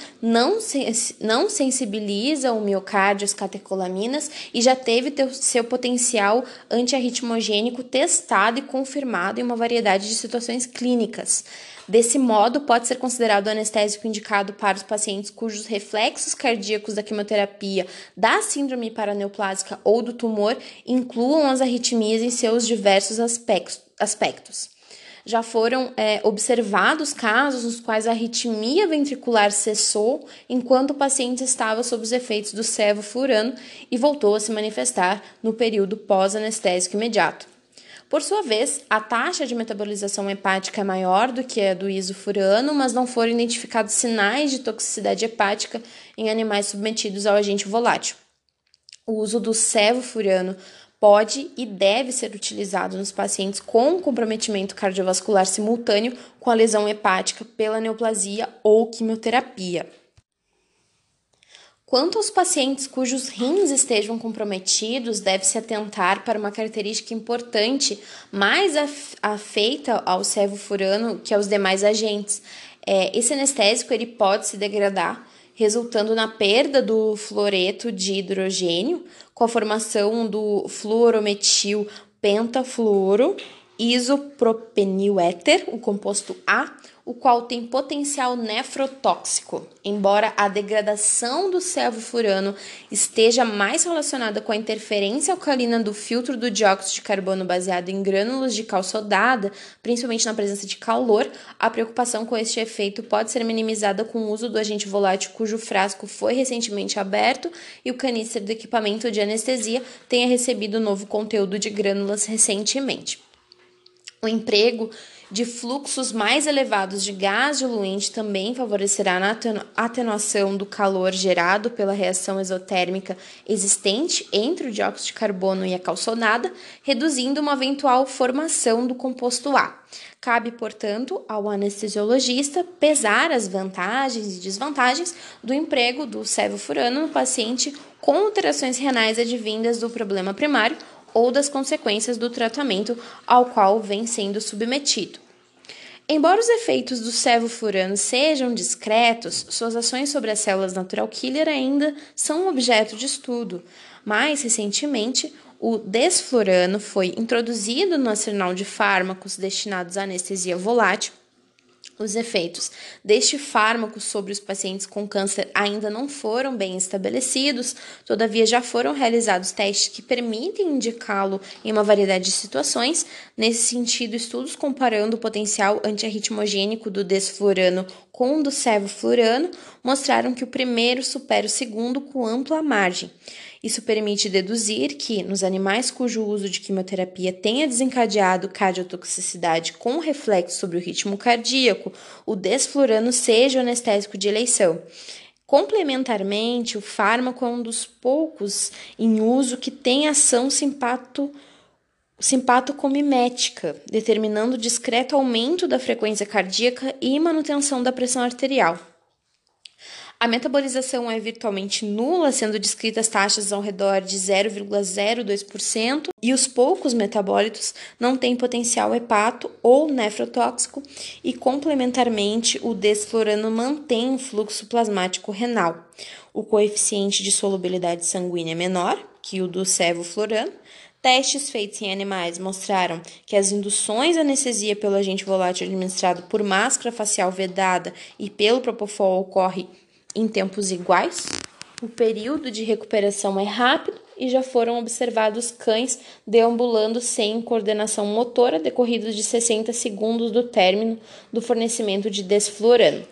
não sensibiliza o miocárdio às catecolaminas e já teve seu potencial antiarritmogênico testado e confirmado em uma variedade de situações clínicas. Desse modo, pode ser considerado o anestésico indicado para os pacientes cujos reflexos cardíacos da quimioterapia, da síndrome paraneoplásica ou do tumor incluam as arritmias em seus diversos aspectos. Já foram observados casos nos quais a arritmia ventricular cessou enquanto o paciente estava sob os efeitos do sevoflurano e voltou a se manifestar no período pós-anestésico imediato. Por sua vez, a taxa de metabolização hepática é maior do que a do isoflurano, mas não foram identificados sinais de toxicidade hepática em animais submetidos ao agente volátil. O uso do sevoflurano pode e deve ser utilizado nos pacientes com comprometimento cardiovascular simultâneo com a lesão hepática pela neoplasia ou quimioterapia. Quanto aos pacientes cujos rins estejam comprometidos, deve-se atentar para uma característica importante mais afeita ao sevoflurano que aos demais agentes. Esse anestésico ele pode se degradar, resultando na perda do fluoreto de hidrogênio, com a formação do fluorometil pentafluoro, isopropenil éter, o composto A, o qual tem potencial nefrotóxico. Embora a degradação do sevofurano esteja mais relacionada com a interferência alcalina do filtro do dióxido de carbono baseado em grânulos de cal sodada, principalmente na presença de calor, a preocupação com este efeito pode ser minimizada com o uso do agente volátil cujo frasco foi recentemente aberto e o canister do equipamento de anestesia tenha recebido novo conteúdo de grânulas recentemente. O emprego de fluxos mais elevados de gás diluente também favorecerá na atenuação do calor gerado pela reação exotérmica existente entre o dióxido de carbono e a cal sodada, reduzindo uma eventual formação do composto A. Cabe, portanto, ao anestesiologista pesar as vantagens e desvantagens do emprego do sevofurano no paciente com alterações renais advindas do problema primário ou das consequências do tratamento ao qual vem sendo submetido. Embora os efeitos do sevofurano sejam discretos, suas ações sobre as células natural killer ainda são objeto de estudo. Mais recentemente, o desflurano foi introduzido no arsenal de fármacos destinados à anestesia volátil. Os efeitos deste fármaco sobre os pacientes com câncer ainda não foram bem estabelecidos, todavia já foram realizados testes que permitem indicá-lo em uma variedade de situações. Nesse sentido, estudos comparando o potencial antiarritmogênico do desflurano com o do sevoflurano mostraram que o primeiro supera o segundo com ampla margem. Isso permite deduzir que, nos animais cujo uso de quimioterapia tenha desencadeado cardiotoxicidade com reflexo sobre o ritmo cardíaco, o desflurano seja o anestésico de eleição. Complementarmente, o fármaco é um dos poucos em uso que tem ação simpatocomimética, determinando discreto aumento da frequência cardíaca e manutenção da pressão arterial. A metabolização é virtualmente nula, sendo descritas taxas ao redor de 0,02%, e os poucos metabólitos não têm potencial hepato ou nefrotóxico, e complementarmente o desflurano mantém um fluxo plasmático renal. O coeficiente de solubilidade sanguínea é menor que o do sevoflurano. Testes feitos em animais mostraram que as induções à anestesia pelo agente volátil administrado por máscara facial vedada e pelo propofol ocorre em tempos iguais. O período de recuperação é rápido e já foram observados cães deambulando sem coordenação motora decorridos de 60 segundos do término do fornecimento de desflurano.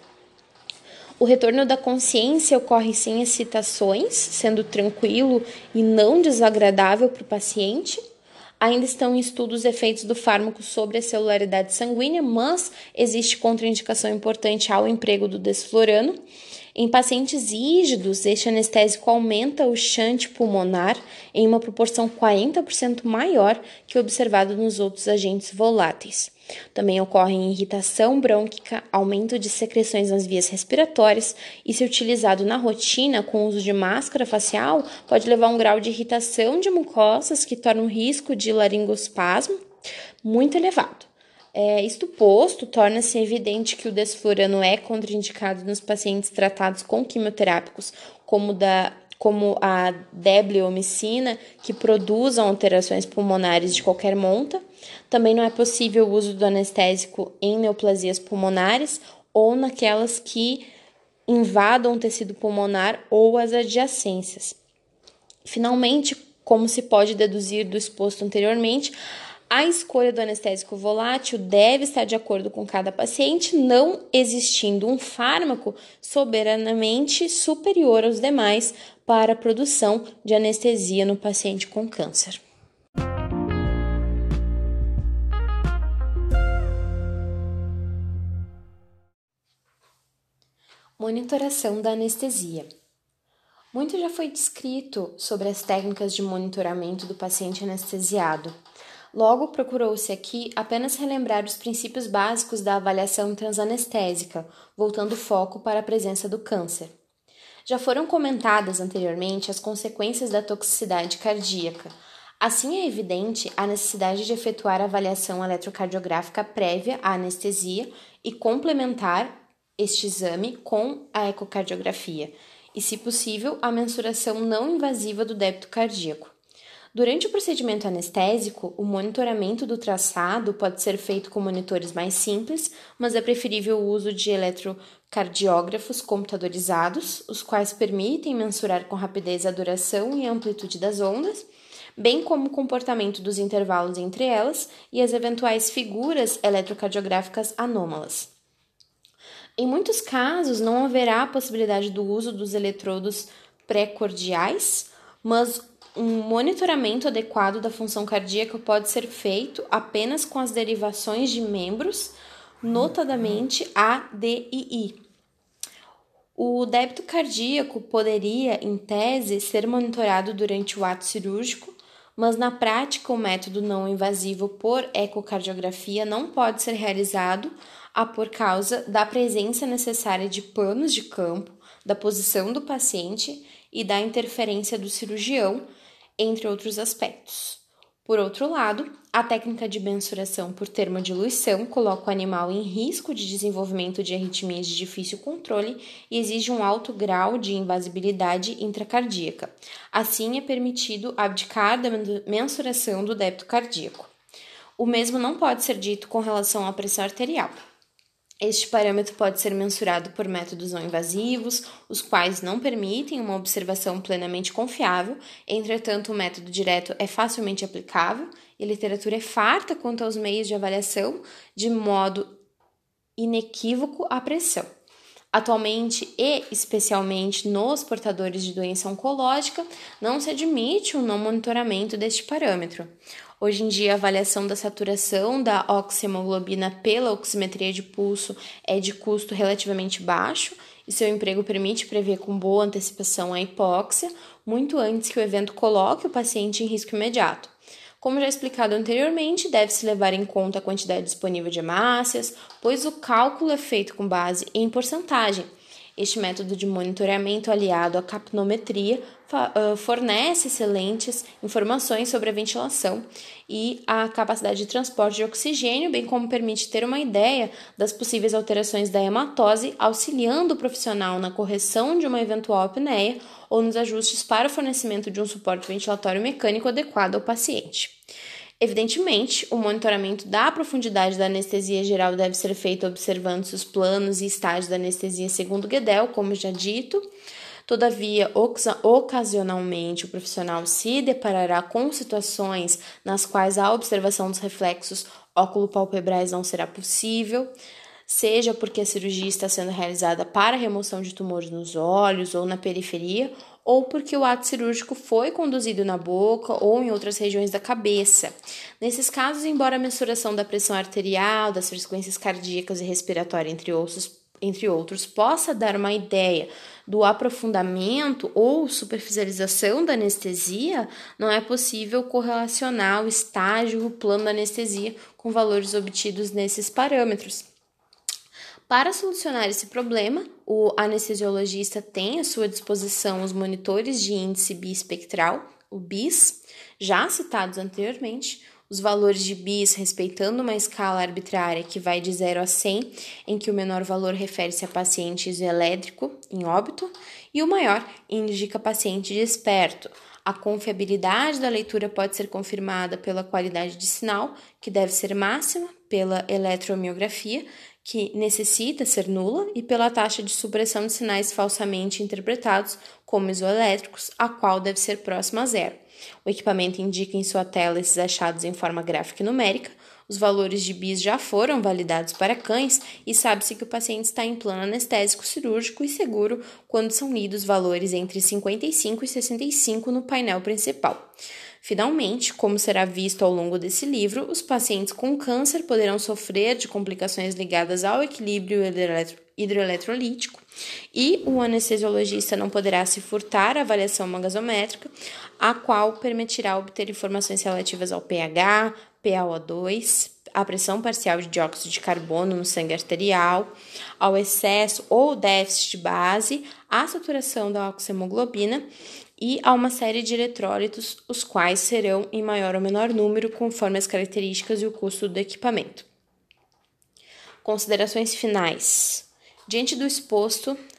O retorno da consciência ocorre sem excitações, sendo tranquilo e não desagradável para o paciente. Ainda estão em estudo os efeitos do fármaco sobre a celularidade sanguínea, mas existe contraindicação importante ao emprego do desflurano. Em pacientes rígidos, este anestésico aumenta o shunt pulmonar em uma proporção 40% maior que o observado nos outros agentes voláteis. Também ocorrem irritação brônquica, aumento de secreções nas vias respiratórias e, se utilizado na rotina com o uso de máscara facial, pode levar a um grau de irritação de mucosas que torna o risco de laringoespasmo muito elevado. Isto posto, torna-se evidente que o desflurano é contraindicado nos pacientes tratados com quimioterápicos, como a debleomicina, que produzam alterações pulmonares de qualquer monta. Também não é possível o uso do anestésico em neoplasias pulmonares ou naquelas que invadam o tecido pulmonar ou as adjacências. Finalmente, como se pode deduzir do exposto anteriormente, a escolha do anestésico volátil deve estar de acordo com cada paciente, não existindo um fármaco soberanamente superior aos demais para a produção de anestesia no paciente com câncer. Monitoração da anestesia. Muito já foi descrito sobre as técnicas de monitoramento do paciente anestesiado. Logo, procurou-se aqui apenas relembrar os princípios básicos da avaliação transanestésica, voltando o foco para a presença do câncer. Já foram comentadas anteriormente as consequências da toxicidade cardíaca. Assim, é evidente a necessidade de efetuar a avaliação eletrocardiográfica prévia à anestesia e complementar este exame com a ecocardiografia e, se possível, a mensuração não invasiva do débito cardíaco. Durante o procedimento anestésico, o monitoramento do traçado pode ser feito com monitores mais simples, mas é preferível o uso de eletrocardiógrafos computadorizados, os quais permitem mensurar com rapidez a duração e a amplitude das ondas, bem como o comportamento dos intervalos entre elas e as eventuais figuras eletrocardiográficas anômalas. Em muitos casos, não haverá a possibilidade do uso dos eletrodos pré-cordiais, mas um monitoramento adequado da função cardíaca pode ser feito apenas com as derivações de membros, notadamente A, D e I. O débito cardíaco poderia, em tese, ser monitorado durante o ato cirúrgico, mas na prática o método não invasivo por ecocardiografia não pode ser realizado por causa da presença necessária de panos de campo, da posição do paciente e da interferência do cirurgião, entre outros aspectos. Por outro lado, a técnica de mensuração por termodiluição coloca o animal em risco de desenvolvimento de arritmias de difícil controle e exige um alto grau de invasibilidade intracardíaca. Assim, é permitido abdicar da mensuração do débito cardíaco. O mesmo não pode ser dito com relação à pressão arterial. Este parâmetro pode ser mensurado por métodos não invasivos, os quais não permitem uma observação plenamente confiável. Entretanto, o método direto é facilmente aplicável e a literatura é farta quanto aos meios de avaliação de modo inequívoco a pressão. Atualmente, e especialmente nos portadores de doença oncológica, não se admite o não monitoramento deste parâmetro. Hoje em dia, a avaliação da saturação da oxihemoglobina pela oximetria de pulso é de custo relativamente baixo e seu emprego permite prever com boa antecipação a hipóxia, muito antes que o evento coloque o paciente em risco imediato. Como já explicado anteriormente, deve-se levar em conta a quantidade disponível de hemácias, pois o cálculo é feito com base em porcentagem. Este método de monitoramento aliado à capnometria fornece excelentes informações sobre a ventilação e a capacidade de transporte de oxigênio, bem como permite ter uma ideia das possíveis alterações da hematose, auxiliando o profissional na correção de uma eventual apneia ou nos ajustes para o fornecimento de um suporte ventilatório mecânico adequado ao paciente. Evidentemente, o monitoramento da profundidade da anestesia geral deve ser feito observando-se os planos e estágios da anestesia segundo Guedel, como já dito. Todavia, ocasionalmente, o profissional se deparará com situações nas quais a observação dos reflexos óculo-palpebrais não será possível, seja porque a cirurgia está sendo realizada para remoção de tumores nos olhos ou na periferia, ou porque o ato cirúrgico foi conduzido na boca ou em outras regiões da cabeça. Nesses casos, embora a mensuração da pressão arterial, das frequências cardíacas e respiratórias, entre outros, possa dar uma ideia do aprofundamento ou superficialização da anestesia, não é possível correlacionar o estágio e o plano da anestesia com valores obtidos nesses parâmetros. Para solucionar esse problema, o anestesiologista tem à sua disposição os monitores de índice bispectral, o BIS, já citados anteriormente, os valores de BIS respeitando uma escala arbitrária que vai de 0 a 100, em que o menor valor refere-se a paciente isoelétrico em óbito e o maior indica paciente desperto. A confiabilidade da leitura pode ser confirmada pela qualidade de sinal, que deve ser máxima, pela eletromiografia, que necessita ser nula, e pela taxa de supressão de sinais falsamente interpretados como isoelétricos, a qual deve ser próxima a zero. O equipamento indica em sua tela esses achados em forma gráfica e numérica. Os valores de BIS já foram validados para cães e sabe-se que o paciente está em plano anestésico cirúrgico e seguro quando são lidos valores entre 55 e 65 no painel principal. Finalmente, como será visto ao longo desse livro, os pacientes com câncer poderão sofrer de complicações ligadas ao equilíbrio hidroeletrolítico e o anestesiologista não poderá se furtar à avaliação magasométrica, a qual permitirá obter informações relativas ao pH, PaO2, a pressão parcial de dióxido de carbono no sangue arterial, ao excesso ou déficit de base, à saturação da oxihemoglobina e a uma série de eletrólitos, os quais serão em maior ou menor número conforme as características e o custo do equipamento. Considerações finais. Diante do exposto,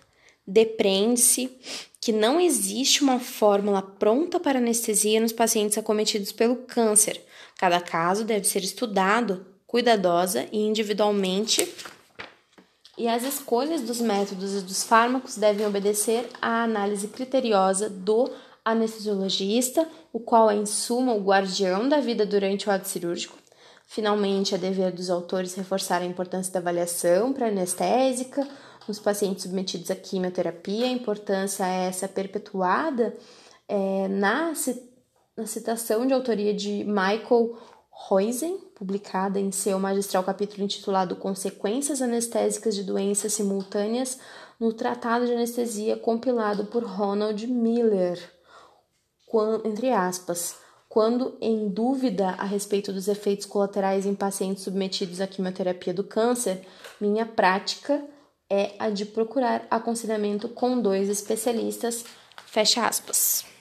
Depreende-se que não existe uma fórmula pronta para anestesia nos pacientes acometidos pelo câncer. Cada caso deve ser estudado cuidadosa e individualmente, e as escolhas dos métodos e dos fármacos devem obedecer à análise criteriosa do anestesiologista, o qual é, em suma, o guardião da vida durante o ato cirúrgico. Finalmente, é dever dos autores reforçar a importância da avaliação pré-anestésica nos pacientes submetidos à quimioterapia. A importância é essa perpetuada na citação de autoria de Michael Roizen, publicada em seu magistral capítulo intitulado Consequências Anestésicas de Doenças Simultâneas no Tratado de Anestesia, compilado por Ronald Miller, entre aspas, quando em dúvida a respeito dos efeitos colaterais em pacientes submetidos à quimioterapia do câncer, minha prática é a de procurar aconselhamento com 2 especialistas, fecha aspas.